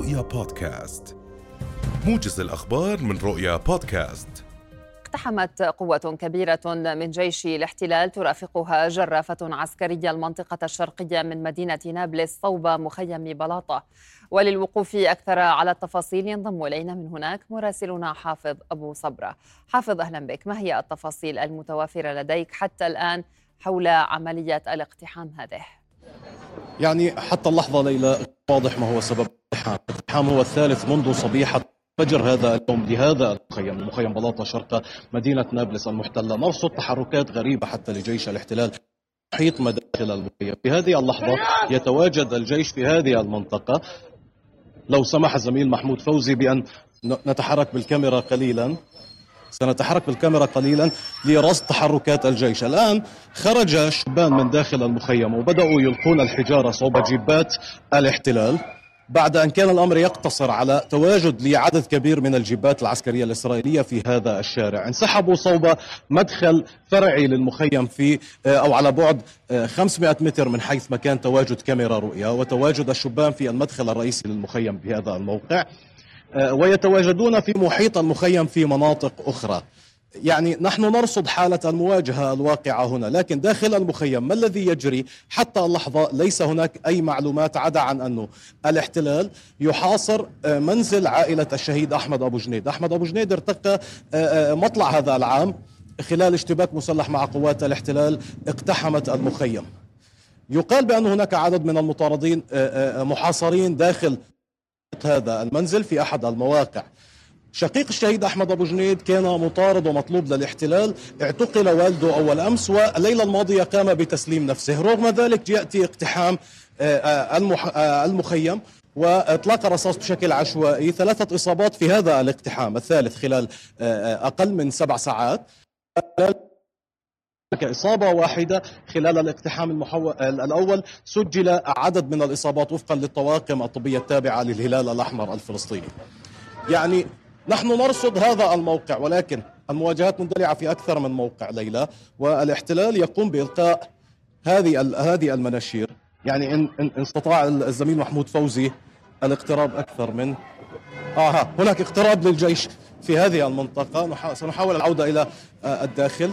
رؤيا بودكاست، موجز الأخبار من رؤيا بودكاست. اقتحمت قوة كبيرة من جيش الاحتلال ترافقها جرافة عسكرية المنطقة الشرقية من مدينة نابلس صوب مخيم بلاطة. وللوقوف أكثر على التفاصيل ينضم إلينا من هناك مراسلنا حافظ أبو صبرة. حافظ، أهلا بك. ما هي التفاصيل المتوافرة لديك حتى الآن حول عملية الاقتحام هذه؟ يعني حتى اللحظة ليلى واضح ما هو سبب الاقتحام. الاقتحام هو الثالث منذ صبيحة فجر هذا اليوم لهذا مخيم بلاطة شرق مدينة نابلس المحتلة. نرصد تحركات غريبة حتى لجيش الاحتلال محيط مداخل المخيم. في هذه اللحظة يتواجد الجيش في هذه المنطقة. لو سمح الزميل محمود فوزي بأن نتحرك بالكاميرا قليلا، سنتحرك بالكاميرا قليلا لرصد تحركات الجيش. الآن خرج شبان من داخل المخيم وبدأوا يلقون الحجارة صوب جيبات الاحتلال، بعد أن كان الأمر يقتصر على تواجد لعدد كبير من الجيبات العسكرية الإسرائيلية في هذا الشارع. انسحبوا صوب مدخل فرعي للمخيم في أو على بعد 500 متر من حيث مكان تواجد كاميرا رؤيا وتواجد الشبان في المدخل الرئيسي للمخيم بهذا الموقع، ويتواجدون في محيط المخيم في مناطق أخرى. يعني نحن نرصد حالة المواجهة الواقعة هنا، لكن داخل المخيم ما الذي يجري حتى اللحظة ليس هناك أي معلومات عدا عن أنه الاحتلال يحاصر منزل عائلة الشهيد أحمد أبو جنيد. أحمد أبو جنيد ارتقى مطلع هذا العام خلال اشتباك مسلح مع قوات الاحتلال اقتحمت المخيم. يقال بأن هناك عدد من المطاردين محاصرين داخل هذا المنزل في أحد المواقع. شقيق الشهيد أحمد أبو جنيد كان مطارد ومطلوب للاحتلال، اعتقل والده أول أمس والليلة الماضية قام بتسليم نفسه. رغم ذلك يأتي اقتحام المخيم وإطلاق الرصاص بشكل عشوائي. 3 إصابات في هذا الاقتحام الثالث خلال أقل من 7 ساعات. إصابة واحدة خلال الاقتحام الأول. سجل عدد من الإصابات وفقا للطواقم الطبية التابعة للهلال الأحمر الفلسطيني. يعني نحن نرصد هذا الموقع، ولكن المواجهات مندلعة في أكثر من موقع ليلى، والاحتلال يقوم بإلقاء هذه المناشير. يعني إن استطاع الزميل محمود فوزي الاقتراب أكثر من هناك اقتراب للجيش في هذه المنطقة. سنحاول العودة إلى الداخل.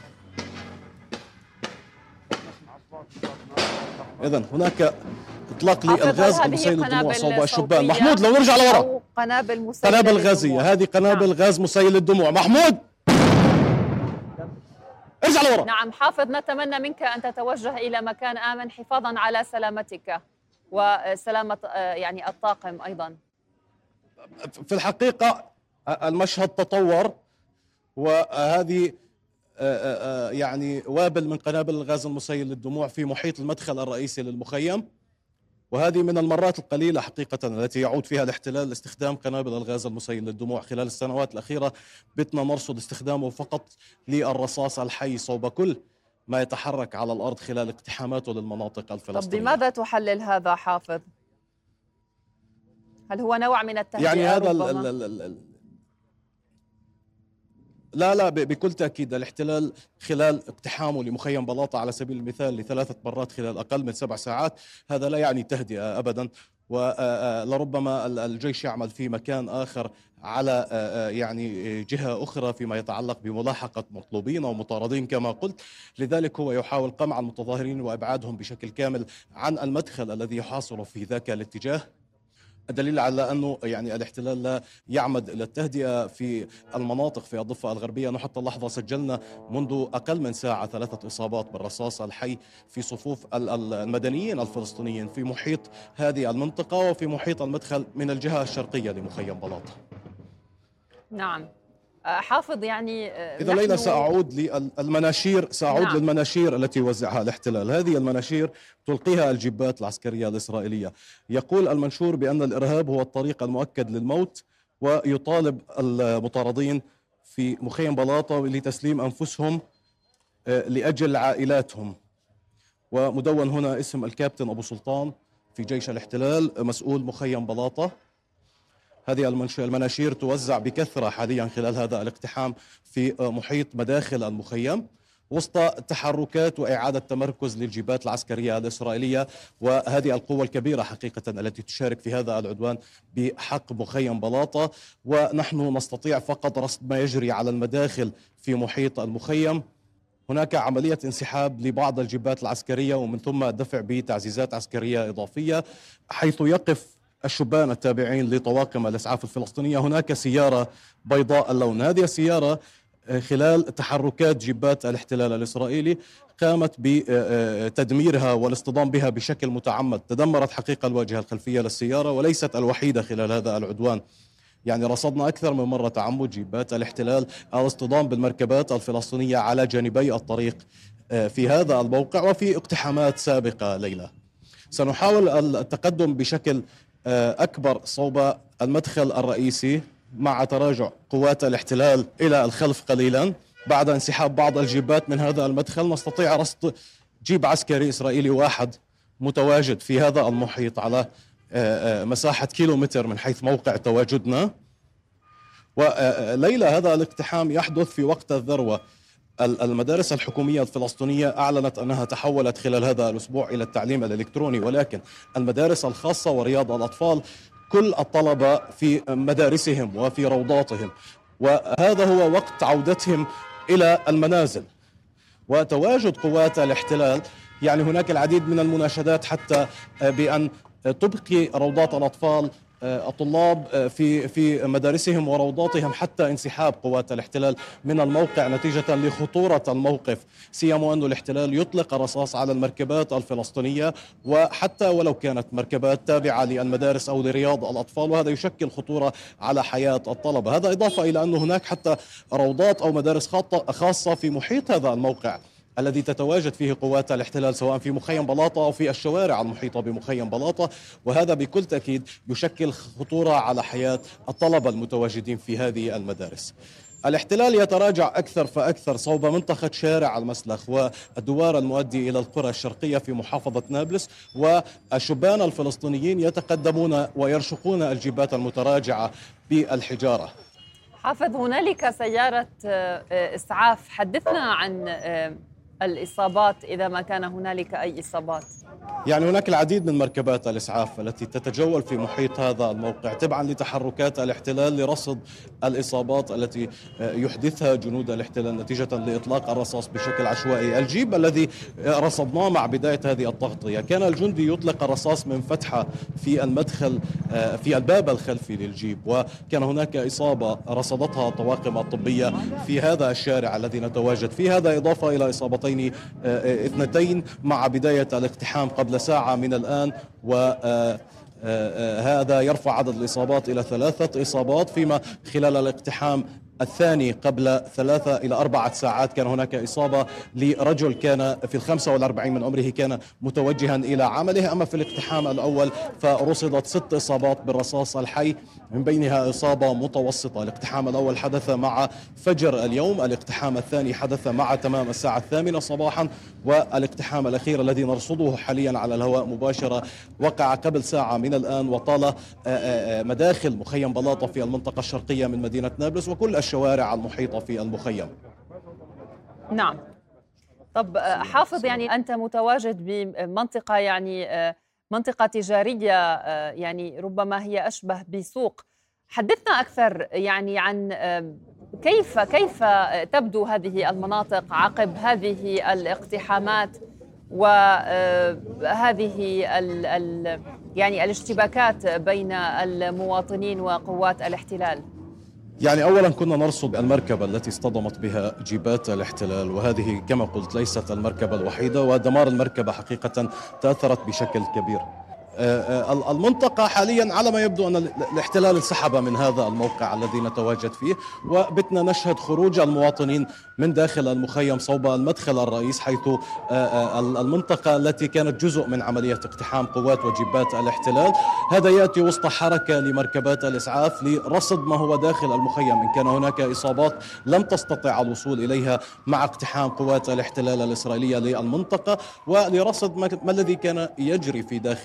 إذن هناك إطلاق للغاز المسيل للدموع صوب الشبان. محمود لو نرجع لورا، قنابل غازية، هذه قنابل غاز مسيل للدموع. محمود ارجع لورا. نعم حافظ، نتمنى منك أن تتوجه إلى مكان آمن حفاظا على سلامتك وسلامة يعني الطاقم أيضا. في الحقيقة المشهد تطور، وهذه يعني وابل من قنابل الغاز المسيل للدموع في محيط المدخل الرئيسي للمخيم. وهذه من المرات القليلة حقيقة التي يعود فيها الاحتلال لاستخدام قنابل الغاز المسيل للدموع. خلال السنوات الأخيرة بتنا نرصد استخدامه فقط للرصاص الحي صوب كل ما يتحرك على الأرض خلال اقتحاماته للمناطق الفلسطينية. طب بماذا تحلل هذا حافظ؟ هل هو نوع من التهدئة؟ يعني هذا لا بكل تأكيد الاحتلال خلال اقتحامه لمخيم بلاطة على سبيل المثال ل3 مرات خلال أقل من 7 ساعات، هذا لا يعني تهدئة أبدا. ولربما الجيش يعمل في مكان آخر على يعني جهة أخرى فيما يتعلق بملاحقة مطلوبين ومطاردين كما قلت. لذلك هو يحاول قمع المتظاهرين وإبعادهم بشكل كامل عن المدخل الذي يحاصر في ذاك الاتجاه. الدليل على أنه يعني الاحتلال لا يعمد إلى التهدئة في المناطق في الضفة الغربية. أنه حتى اللحظة سجلنا منذ أقل من ساعة 3 إصابات بالرصاص الحي في صفوف المدنيين الفلسطينيين في محيط هذه المنطقة وفي محيط المدخل من الجهة الشرقية لمخيم بلاطة. نعم حافظ، يعني إذا ليلى سأعود للمناشير، نعم. للمناشير التي وزعها الاحتلال. هذه المناشير تلقيها الجبات العسكرية الإسرائيلية. يقول المنشور بأن الإرهاب هو الطريق المؤكد للموت، ويطالب المطاردين في مخيم بلاطة لتسليم أنفسهم لأجل عائلاتهم. ومدون هنا اسم الكابتن أبو سلطان في جيش الاحتلال مسؤول مخيم بلاطة. هذه المناشير توزع بكثرة حاليا خلال هذا الاقتحام في محيط مداخل المخيم، وسط تحركات وإعادة تمركز للجبهات العسكرية الإسرائيلية وهذه القوة الكبيرة حقيقة التي تشارك في هذا العدوان بحق مخيم بلاطة. ونحن نستطيع فقط رصد ما يجري على المداخل في محيط المخيم. هناك عملية انسحاب لبعض الجبهات العسكرية ومن ثم الدفع بتعزيزات عسكرية إضافية، حيث يقف الشبان التابعين لطواقم الإسعاف الفلسطينية. هناك سيارة بيضاء اللون، هذه السيارة خلال تحركات جبهات الاحتلال الإسرائيلي قامت بتدميرها والاصطدام بها بشكل متعمد. تدمرت حقيقة الواجهة الخلفية للسيارة وليست الوحيدة خلال هذا العدوان. يعني رصدنا أكثر من مرة تعمد جبهات الاحتلال الاصطدام بالمركبات الفلسطينية على جانبي الطريق في هذا الموقع وفي اقتحامات سابقة. ليلى، سنحاول التقدم بشكل أكبر صوب المدخل الرئيسي مع تراجع قوات الاحتلال إلى الخلف قليلا. بعد انسحاب بعض الجيبات من هذا المدخل نستطيع رصد جيب عسكري إسرائيلي واحد متواجد في هذا المحيط على مساحة كيلومتر من حيث موقع تواجدنا. وليلى، هذا الاقتحام يحدث في وقت الذروة. المدارس الحكومية الفلسطينية أعلنت أنها تحولت خلال هذا الأسبوع إلى التعليم الإلكتروني، ولكن المدارس الخاصة ورياض الأطفال كل الطلبة في مدارسهم وفي روضاتهم، وهذا هو وقت عودتهم إلى المنازل. وتواجد قوات الاحتلال، يعني هناك العديد من المناشدات حتى بأن تبقي روضات الأطفال الطلاب في مدارسهم وروضاتهم حتى انسحاب قوات الاحتلال من الموقع نتيجة لخطورة الموقف، سيما أن الاحتلال يطلق الرصاص على المركبات الفلسطينية وحتى ولو كانت مركبات تابعة للمدارس أو لرياض الأطفال، وهذا يشكل خطورة على حياة الطلبة. هذا إضافة إلى أن هناك حتى روضات أو مدارس خاصة في محيط هذا الموقع الذي تتواجد فيه قوات الاحتلال سواء في مخيم بلاطة أو في الشوارع المحيطة بمخيم بلاطة، وهذا بكل تأكيد يشكل خطورة على حياة الطلبة المتواجدين في هذه المدارس. الاحتلال يتراجع أكثر فأكثر صوب منطقة شارع المسلخ والدوار المؤدي إلى القرى الشرقية في محافظة نابلس، والشبان الفلسطينيين يتقدمون ويرشقون الجبات المتراجعة بالحجارة. حافظ، هنالك سيارة إسعاف، حدثنا عن الإصابات إذا ما كان هنالك أي إصابات. يعني هناك العديد من مركبات الإسعاف التي تتجول في محيط هذا الموقع تبعا لتحركات الاحتلال لرصد الإصابات التي يحدثها جنود الاحتلال نتيجة لإطلاق الرصاص بشكل عشوائي. الجيب الذي رصدناه مع بداية هذه التغطية كان الجندي يطلق الرصاص من فتحة في المدخل في الباب الخلفي للجيب، وكان هناك إصابة رصدتها الطواقم الطبية في هذا الشارع الذي نتواجد فيه. هذا إضافة إلى إصابتين اثنتين مع بداية الاقتحام قبل ساعة من الآن، وهذا يرفع عدد الإصابات إلى 3 إصابات، فيما خلال الاقتحام الثاني قبل 3 إلى 4 ساعات كان هناك إصابة لرجل كان في 45 من عمره، كان متوجها إلى عمله. أما في الاقتحام الأول فرصدت 6 إصابات بالرصاص الحي، من بينها إصابة متوسطة. الاقتحام الأول حدث مع فجر اليوم، الاقتحام الثاني حدث مع تمام الساعة 8 صباحا، والاقتحام الأخير الذي نرصده حاليا على الهواء مباشرة وقع قبل ساعة من الآن، وطال مداخل مخيم بلاطة في المنطقة الشرقية من مدينة نابلس وكل الشوارع المحيطة في المخيم. نعم. طب حافظ، يعني أنت متواجد بمنطقة منطقة تجارية، يعني ربما هي أشبه بسوق. حدثنا أكثر يعني عن كيف تبدو هذه المناطق عقب هذه الاقتحامات وهذه يعني الاشتباكات بين المواطنين وقوات الاحتلال. يعني أولا كنا نرصد المركبة التي اصطدمت بها جيبات الاحتلال، وهذه كما قلت ليست المركبة الوحيدة، ودمار المركبة حقيقة تأثرت بشكل كبير. المنطقة حاليا على ما يبدو أن الاحتلال انسحب من هذا الموقع الذي نتواجد فيه، وبتنا نشهد خروج المواطنين من داخل المخيم صوب المدخل الرئيس، حيث المنطقة التي كانت جزء من عملية اقتحام قوات وجبات الاحتلال. هذا يأتي وسط حركة لمركبات الإسعاف لرصد ما هو داخل المخيم، إن كان هناك إصابات لم تستطع الوصول إليها مع اقتحام قوات الاحتلال الإسرائيلية للمنطقة، ولرصد ما الذي كان يجري في داخل المخيم.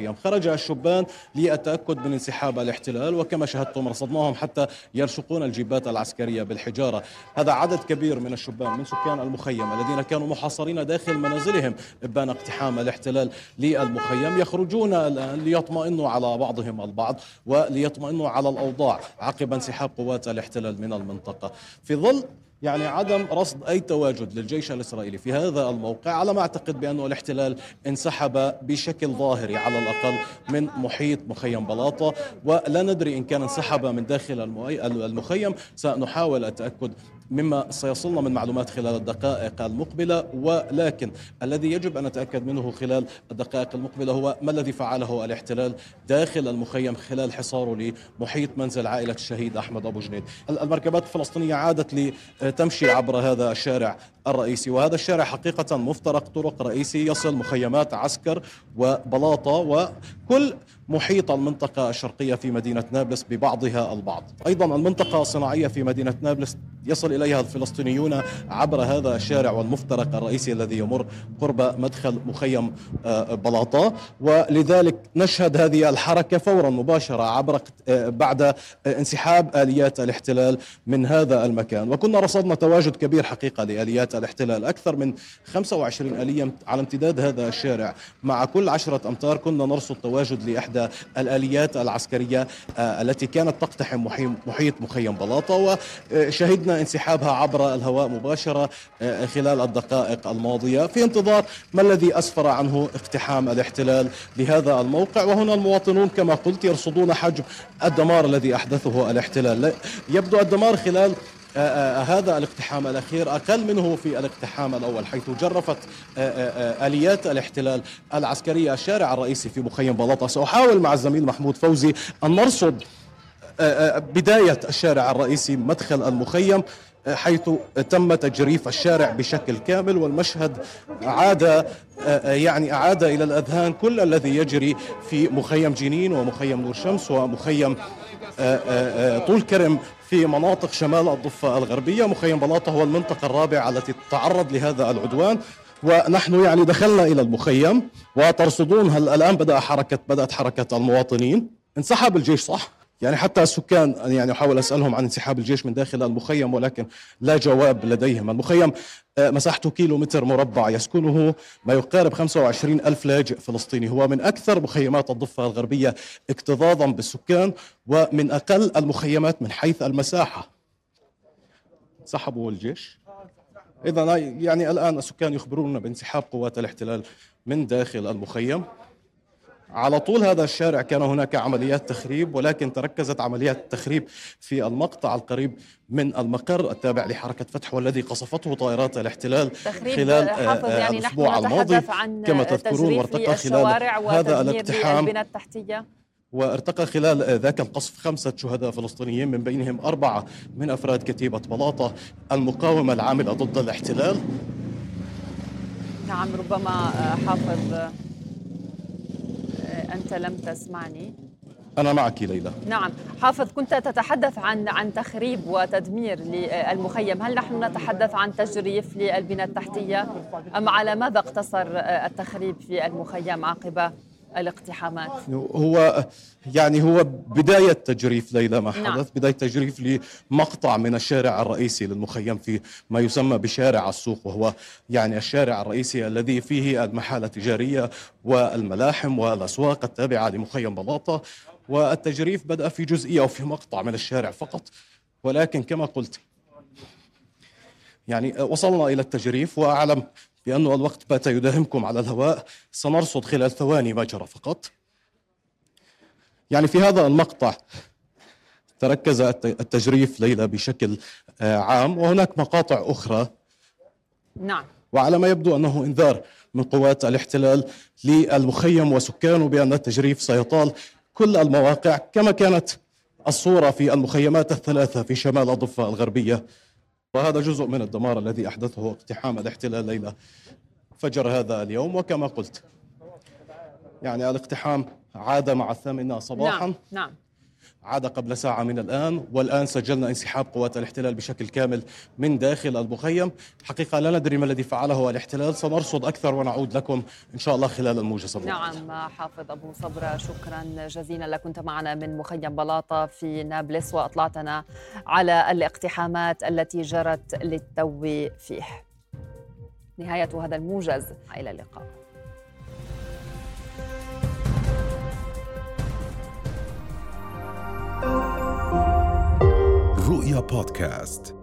المخيم. خرج الشبان للتأكد من انسحاب الاحتلال، وكما شاهدتم رصدناهم حتى يرشقون الجيبات العسكرية بالحجارة. هذا عدد كبير من الشبان من سكان المخيم الذين كانوا محاصرين داخل منازلهم إبان اقتحام الاحتلال للمخيم، يخرجون الآن ليطمئنوا على بعضهم البعض وليطمئنوا على الأوضاع عقب انسحاب قوات الاحتلال من المنطقة، في ظل عدم رصد أي تواجد للجيش الإسرائيلي في هذا الموقع. على ما أعتقد بأن الاحتلال انسحب بشكل ظاهري على الأقل من محيط مخيم بلاطة، ولا ندري إن كان انسحب من داخل المخيم. سنحاول التأكد مما سيصلنا من معلومات خلال الدقائق المقبلة، ولكن الذي يجب أن نتأكد منه خلال الدقائق المقبلة هو ما الذي فعله الاحتلال داخل المخيم خلال حصاره لمحيط منزل عائلة الشهيد أحمد أبو جنيد. المركبات الفلسطينية عادت لتمشي عبر هذا الشارع الرئيسي، وهذا الشارع حقيقة مفترق طرق رئيسي يصل مخيمات عسكر وبلاطة وكل محيط المنطقة الشرقية في مدينة نابلس ببعضها البعض. أيضا المنطقة الصناعية في مدينة نابلس يصل إليها الفلسطينيون عبر هذا الشارع والمفترق الرئيسي الذي يمر قرب مدخل مخيم بلاطة، ولذلك نشهد هذه الحركة فورا مباشرة بعد انسحاب آليات الاحتلال من هذا المكان. وكنا رصدنا تواجد كبير حقيقة لآليات الاحتلال، أكثر من 25 آلية على امتداد هذا الشارع. مع كل 10 أمتار كنا نرصد تواجد لإحدى الآليات العسكرية التي كانت تقتحم محيط مخيم بلاطة، وشهدنا انسحابها عبر الهواء مباشرة خلال الدقائق الماضية في انتظار ما الذي أسفر عنه اقتحام الاحتلال لهذا الموقع. وهنا المواطنون كما قلت يرصدون حجم الدمار الذي أحدثه الاحتلال. يبدو الدمار خلال هذا الاقتحام الأخير أقل منه في الاقتحام الأول، حيث جرفت آليات الاحتلال العسكرية الشارع الرئيسي في مخيم بلاطة. سأحاول مع الزميل محمود فوزي أن نرصد بداية الشارع الرئيسي مدخل المخيم، حيث تم تجريف الشارع بشكل كامل، والمشهد أعاد إلى الأذهان كل الذي يجري في مخيم جنين ومخيم نور شمس ومخيم طول كرم في مناطق شمال الضفة الغربية. مخيم بلاطة هو المنطقة الرابعة التي تتعرض لهذا العدوان، ونحن دخلنا إلى المخيم وترصدون هل الآن بدأت حركة المواطنين. انسحب الجيش صح؟ حتى السكان أحاول أسألهم عن انسحاب الجيش من داخل المخيم، ولكن لا جواب لديهم. المخيم مساحته كيلومتر مربع، يسكنه ما يقارب 25 ألف لاجئ فلسطيني. هو من أكثر مخيمات الضفة الغربية اكتظاظا بالسكان، ومن أقل المخيمات من حيث المساحة. سحبوا الجيش. إذن الآن السكان يخبروننا بانسحاب قوات الاحتلال من داخل المخيم. على طول هذا الشارع كان هناك عمليات تخريب، ولكن تركزت عمليات التخريب في المقطع القريب من المقر التابع لحركة فتح، والذي قصفته طائرات الاحتلال خلال الأسبوع الماضي. كما تذكرون وارتقى خلال هذا الاقتحام البنى التحتية، وارتقى خلال ذاك القصف 5 شهداء فلسطينيين، من بينهم 4 من أفراد كتيبة بلاطة المقاومة العاملة ضد الاحتلال. نعم، ربما حافظ أنت لم تسمعني. أنا معك ليلى. نعم حافظ، كنت تتحدث عن تخريب وتدمير للمخيم. هل نحن نتحدث عن تجريف للبنى التحتية، أم على ماذا اقتصر التخريب في المخيم عقب الاقتحامات؟ هو بداية تجريف ليلى ما حدث. نعم. بداية تجريف لمقطع من الشارع الرئيسي للمخيم في ما يسمى بشارع السوق، وهو الشارع الرئيسي الذي فيه المحال التجارية والملاحم والأسواق التابعة لمخيم بلاطة. والتجريف بدأ في جزئية أو في مقطع من الشارع فقط، ولكن كما قلت وصلنا إلى التجريف، وأعلم بأن الوقت بات يداهمكم على الهواء. سنرصد خلال ثواني ما جرى فقط. في هذا المقطع تركز التجريف ليلى بشكل عام، وهناك مقاطع أخرى. نعم. وعلى ما يبدو أنه إنذار من قوات الاحتلال للمخيم وسكانه بأن التجريف سيطال كل المواقع، كما كانت الصورة في المخيمات الثلاثة في شمال الضفة الغربية. وهذا جزء من الدمار الذي أحدثه اقتحام الاحتلال ليلى فجر هذا اليوم. وكما قلت الاقتحام عاد مع 8 صباحا. نعم. عاد قبل ساعة من الآن، والآن سجلنا انسحاب قوات الاحتلال بشكل كامل من داخل المخيم. حقيقة لا ندري ما الذي فعله الاحتلال، سنرصد أكثر ونعود لكم إن شاء الله خلال الموجز المقبل. نعم حافظ أبو صبرة، شكرا جزيلا لك. كنت معنا من مخيم بلاطة في نابلس وأطلعتنا على الاقتحامات التي جرت للتو فيه. نهاية هذا الموجز، إلى اللقاء. رؤيا بودكاست.